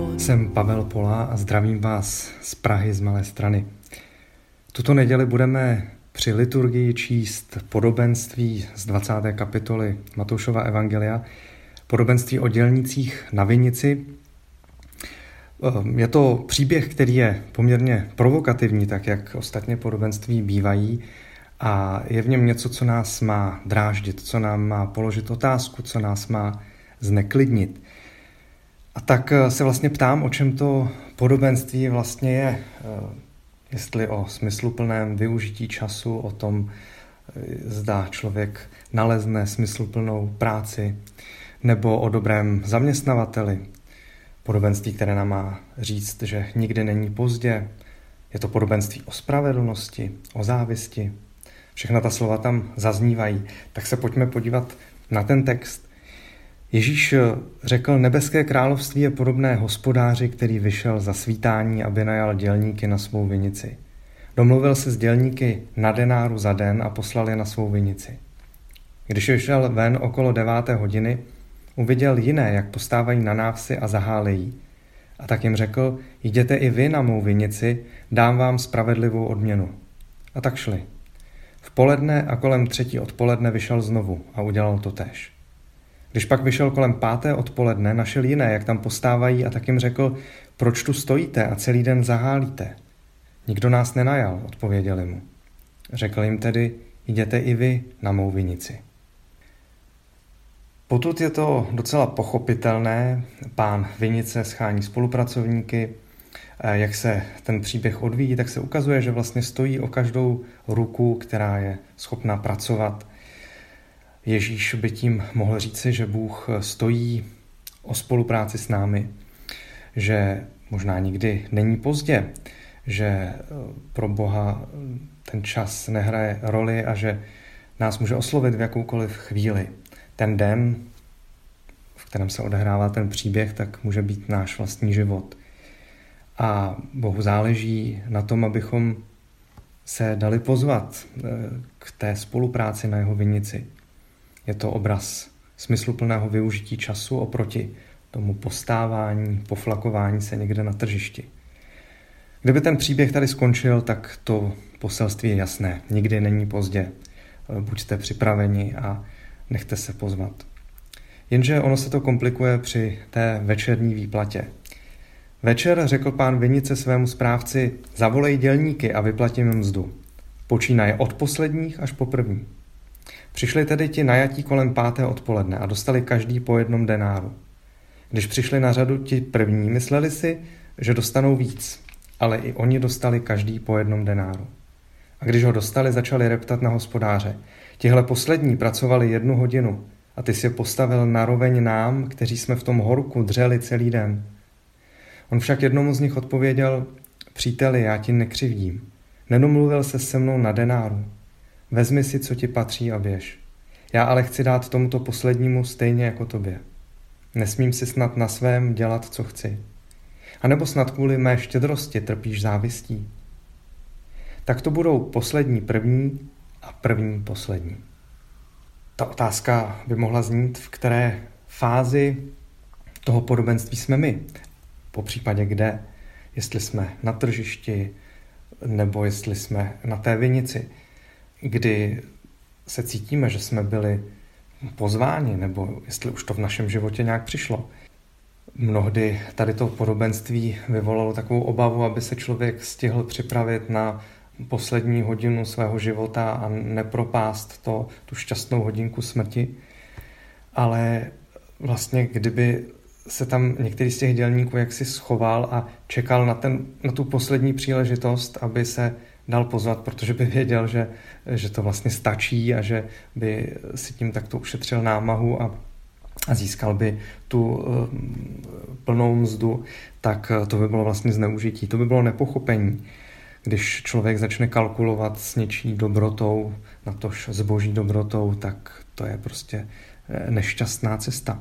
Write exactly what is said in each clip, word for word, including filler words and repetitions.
Jsem Pavel Polá a zdravím vás z Prahy z Malé Strany. Tuto neděli budeme při liturgii číst podobenství z dvacáté kapitoly Matoušova evangelia, podobenství o dělnících na vinici. Je to příběh, který je poměrně provokativní, tak jak ostatně podobenství bývají, a je v něm něco, co nás má dráždit, co nám má položit otázku, co nás má zneklidnit. A tak se vlastně ptám, o čem to podobenství vlastně je. Jestli o smysluplném využití času, o tom, zda člověk nalezne smysluplnou práci, nebo o dobrém zaměstnavateli. Podobenství, které nám má říct, že nikdy není pozdě. Je to podobenství o spravedlnosti, o závisti. Všechna ta slova tam zaznívají. Tak se pojďme podívat na ten text. Ježíš řekl, nebeské království je podobné hospodáři, který vyšel za svítání, aby najal dělníky na svou vinici. Domluvil se s dělníky na denáru za den a poslal je na svou vinici. Když vyšel ven okolo deváté hodiny, uviděl jiné, jak postávají na návsi a zahálejí. A tak jim řekl, jděte i vy na mou vinici, dám vám spravedlivou odměnu. A tak šli. V poledne a kolem třetí odpoledne vyšel znovu a udělal to též. Když pak vyšel kolem páté odpoledne, našel jiné, jak tam postávají, a tak jim řekl, proč tu stojíte a celý den zahálíte? Nikdo nás nenajal, odpověděli mu. Řekl jim tedy, jděte i vy na mou vinici. Potud je to docela pochopitelné, pán vinice schání spolupracovníky, jak se ten příběh odvíjí, tak se ukazuje, že vlastně stojí o každou ruku, která je schopná pracovat. Ježíš by tím mohl říci, že Bůh stojí o spolupráci s námi, že možná nikdy není pozdě, že pro Boha ten čas nehraje roli a že nás může oslovit v jakoukoliv chvíli. Ten den, v kterém se odehrává ten příběh, tak může být náš vlastní život. A Bohu záleží na tom, abychom se dali pozvat k té spolupráci na jeho vinici. Je to obraz smysluplného využití času oproti tomu postávání, poflakování se někde na tržišti. Kdyby ten příběh tady skončil, tak to poselství je jasné. Nikdy není pozdě. Buďte připraveni a nechte se pozvat. Jenže ono se to komplikuje při té večerní výplatě. Večer řekl pán vinice svému správci, zavolej dělníky a vyplatím jim mzdu. Počínaje od posledních až po první. Přišli tedy ti najatí kolem páté odpoledne a dostali každý po jednom denáru. Když přišli na řadu ti první, mysleli si, že dostanou víc, ale i oni dostali každý po jednom denáru. A když ho dostali, začali reptat na hospodáře. Tihle poslední pracovali jednu hodinu a ty si je postavil naroveň nám, kteří jsme v tom horku dřeli celý den. On však jednomu z nich odpověděl, příteli, já ti nekřivdím. Nedomluvil se se mnou na denáru. Vezmi si, co ti patří a běž. Já ale chci dát tomuto poslednímu stejně jako tobě. Nesmím si snad na svém dělat, co chci. A nebo snad kvůli mé štědrosti trpíš závistí. Tak to budou poslední první a první poslední. Ta otázka by mohla znít, v které fázi toho podobenství jsme my. Po případě kde, jestli jsme na tržišti, nebo jestli jsme na té vinici, kdy se cítíme, že jsme byli pozváni, nebo jestli už to v našem životě nějak přišlo. Mnohdy tady to podobenství vyvolalo takovou obavu, aby se člověk stihl připravit na poslední hodinu svého života a nepropást to, tu šťastnou hodinku smrti. Ale vlastně kdyby se tam některý z těch dělníků jaksi schoval a čekal na, ten, na tu poslední příležitost, aby se dal pozvat, protože by věděl, že, že to vlastně stačí a že by si tím takto ušetřil námahu a, a získal by tu uh, plnou mzdu, tak to by bylo vlastně zneužití. To by bylo nepochopení, když člověk začne kalkulovat s něčí dobrotou, natož s boží dobrotou, tak to je prostě nešťastná cesta.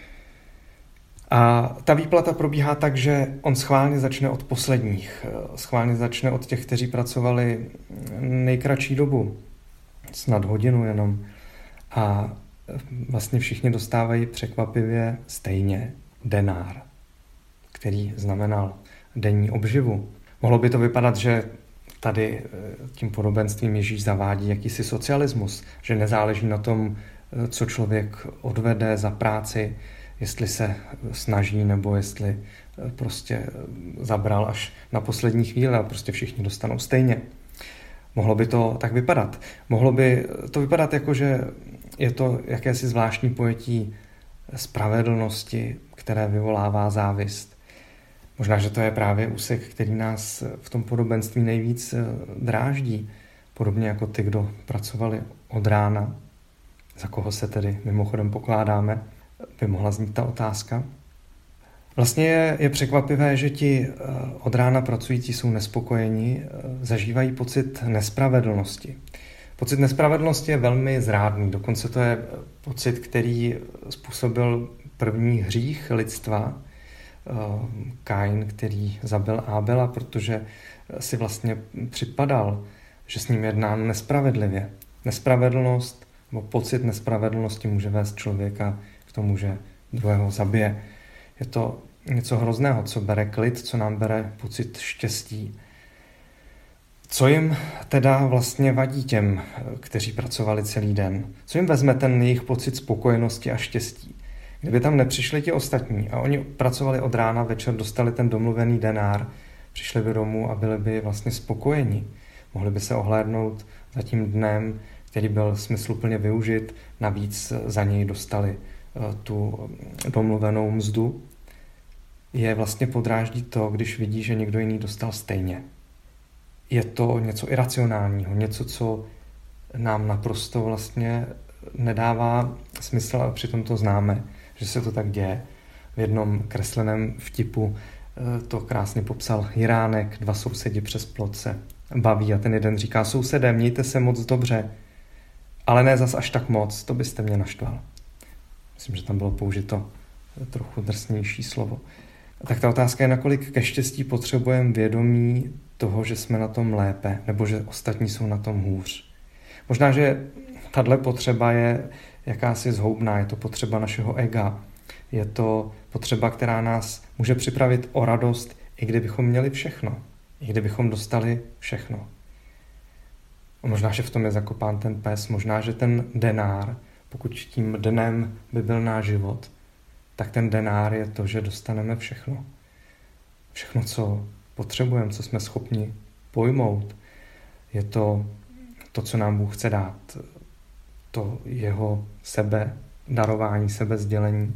A ta výplata probíhá tak, že on schválně začne od posledních. Schválně začne od těch, kteří pracovali nejkratší dobu, snad hodinu jenom. A vlastně všichni dostávají překvapivě stejně denár, který znamenal denní obživu. Mohlo by to vypadat, že tady tím podobenstvím Ježíš zavádí jakýsi socialismus, že nezáleží na tom, co člověk odvede za práci, jestli se snaží nebo jestli prostě zabral až na poslední chvíli a prostě všichni dostanou stejně. Mohlo by to tak vypadat. Mohlo by to vypadat jako, že je to jakési zvláštní pojetí spravedlnosti, které vyvolává závist. Možná, že to je právě úsek, který nás v tom podobenství nejvíc dráždí. Podobně jako ty, kdo pracovali od rána, za koho se tedy mimochodem pokládáme, by mohla znít ta otázka. Vlastně je, je překvapivé, že ti od rána pracující jsou nespokojeni, zažívají pocit nespravedlnosti. Pocit nespravedlnosti je velmi zrádný, dokonce to je pocit, který způsobil první hřích lidstva, Kain, který zabil Ábela, protože si vlastně připadal, že s ním jedná nespravedlivě. Nespravedlnost nebo pocit nespravedlnosti může vést člověka k tomu, že druhého zabije. Je to něco hrozného, co bere klid, co nám bere pocit štěstí. Co jim teda vlastně vadí těm, kteří pracovali celý den? Co jim vezme ten jejich pocit spokojenosti a štěstí? Kdyby tam nepřišli ti ostatní a oni pracovali od rána, večer dostali ten domluvený denár, přišli by domů a byli by vlastně spokojeni. Mohli by se ohlédnout za tím dnem, který byl smysluplně využit, navíc za něj dostali tu domluvenou mzdu. Je vlastně podráždí to, když vidí, že někdo jiný dostal stejně. Je to něco iracionálního, něco, co nám naprosto vlastně nedává smysl, a přitom to známe, že se to tak děje. V jednom kresleném vtipu to krásně popsal Jiránek, dva sousedi přes plot se baví a ten jeden říká: sousedé, mějte se moc dobře, ale ne zas až tak moc, to byste mě naštval. Myslím, že tam bylo použito trochu drsnější slovo. Tak ta otázka je, nakolik ke štěstí potřebujeme vědomí toho, že jsme na tom lépe, nebo že ostatní jsou na tom hůř. Možná, že tahle potřeba je jakási zhoubná, je to potřeba našeho ega, je to potřeba, která nás může připravit o radost, i kdybychom měli všechno, i kdybychom dostali všechno. A možná, že v tom je zakopán ten pes, možná, že ten denár, pokud tím dnem by byl náš život, tak ten denár je to, že dostaneme všechno. Všechno, co potřebujeme, co jsme schopni pojmout. Je to to, co nám Bůh chce dát. To jeho sebe darování, sebe sdělení.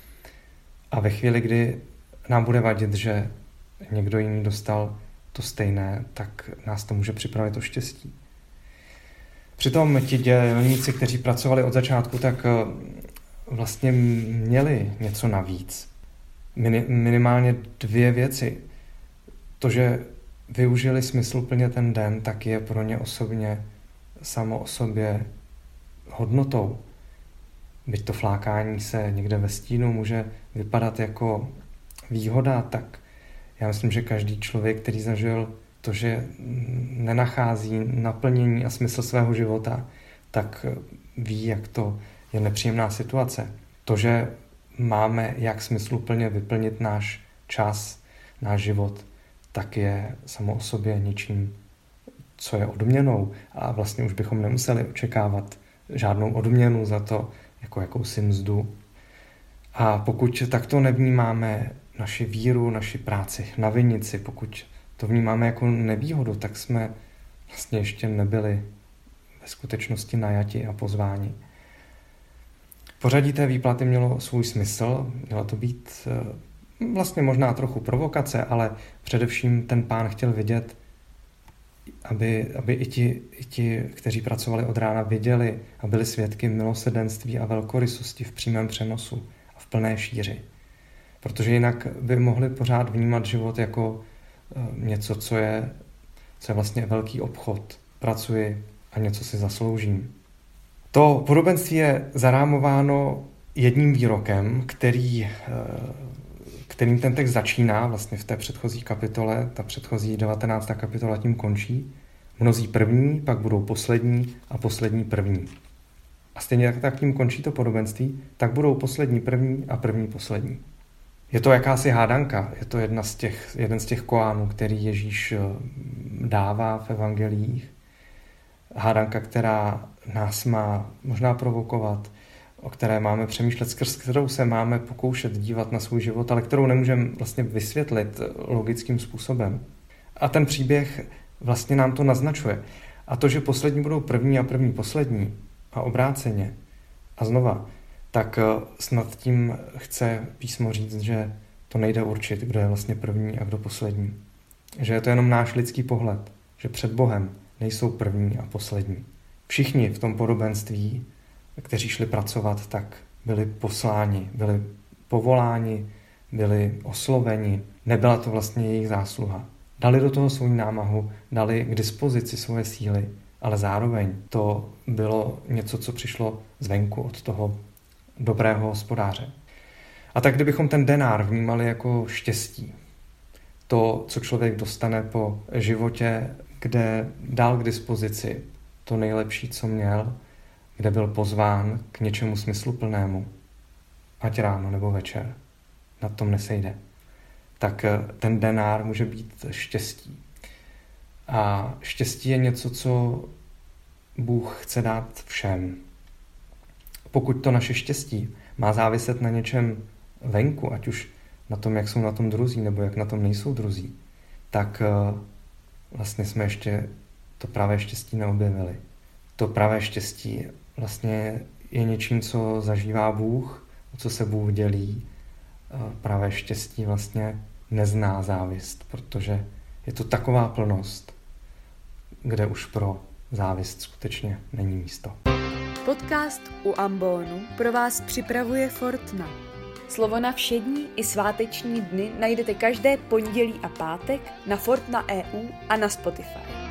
A ve chvíli, kdy nám bude vadit, že někdo jiný dostal to stejné, tak nás to může připravit o štěstí. Přitom ti dělníci, kteří pracovali od začátku, tak vlastně měli něco navíc. Minimálně dvě věci. To, že využili smysluplně ten den, tak je pro ně osobně samo o sobě hodnotou. Byť to flákání se někde ve stínu může vypadat jako výhoda, tak já myslím, že každý člověk, který zažil to, že nenachází naplnění a smysl svého života, tak ví, jak to je nepříjemná situace. To, že máme jak smysluplně vyplnit náš čas, náš život, tak je samo o sobě něčím, co je odměnou. A vlastně už bychom nemuseli očekávat žádnou odměnu za to, jako jakousi mzdu. A pokud takto nevnímáme naši víru, naši práci na vinici, pokud to vnímáme jako nevýhodu, tak jsme vlastně ještě nebyli ve skutečnosti najati a pozváni. Pořadí té výplaty mělo svůj smysl, mělo to být vlastně možná trochu provokace, ale především ten pán chtěl vidět, aby, aby i, ti, i ti, kteří pracovali od rána, viděli a byli svědky milosrdenství a velkorysosti v přímém přenosu a v plné šíři. Protože jinak by mohli pořád vnímat život jako něco, co je, co je vlastně velký obchod. Pracuji a něco si zasloužím. To podobenství je zarámováno jedním výrokem, který, kterým ten text začíná vlastně v té předchozí kapitole. Ta předchozí devatenáctá kapitola tím končí. Mnozí první, pak budou poslední a poslední první. A stejně tak, tak tím končí to podobenství, tak budou poslední první a první poslední. Je to jakási hádanka, je to jedna z těch, jeden z těch koánů, který Ježíš dává v evangelích. Hádanka, která nás má možná provokovat, o které máme přemýšlet, skrz kterou se máme pokoušet dívat na svůj život, ale kterou nemůžeme vlastně vysvětlit logickým způsobem. A ten příběh vlastně nám to naznačuje. A to, že poslední budou první a první poslední a obráceně a znova, tak snad tím chce písmo říct, že to nejde určit, kdo je vlastně první a kdo poslední. Že je to jenom náš lidský pohled, že před Bohem nejsou první a poslední. Všichni v tom podobenství, kteří šli pracovat, tak byli posláni, byli povoláni, byli osloveni. Nebyla to vlastně jejich zásluha. Dali do toho svou námahu, dali k dispozici svoje síly, ale zároveň to bylo něco, co přišlo zvenku od toho dobrého hospodáře. A tak kdybychom ten denár vnímali jako štěstí, to, co člověk dostane po životě, kde dal k dispozici to nejlepší, co měl, kde byl pozván k něčemu smysluplnému, ať ráno nebo večer, na tom nesejde, tak ten denár může být štěstí. A štěstí je něco, co Bůh chce dát všem. Pokud to naše štěstí má záviset na něčem venku, ať už na tom, jak jsou na tom druzí, nebo jak na tom nejsou druzí, tak vlastně jsme ještě to pravé štěstí neobjevili. To pravé štěstí vlastně je něčím, co zažívá Bůh, o co se Bůh dělí. Pravé štěstí vlastně nezná závist, protože je to taková plnost, kde už pro závist skutečně není místo. Podcast u Ambonu pro vás připravuje Fortna. Slovo na všední i sváteční dny najdete každé pondělí a pátek na Fortna tečka e u a na Spotify.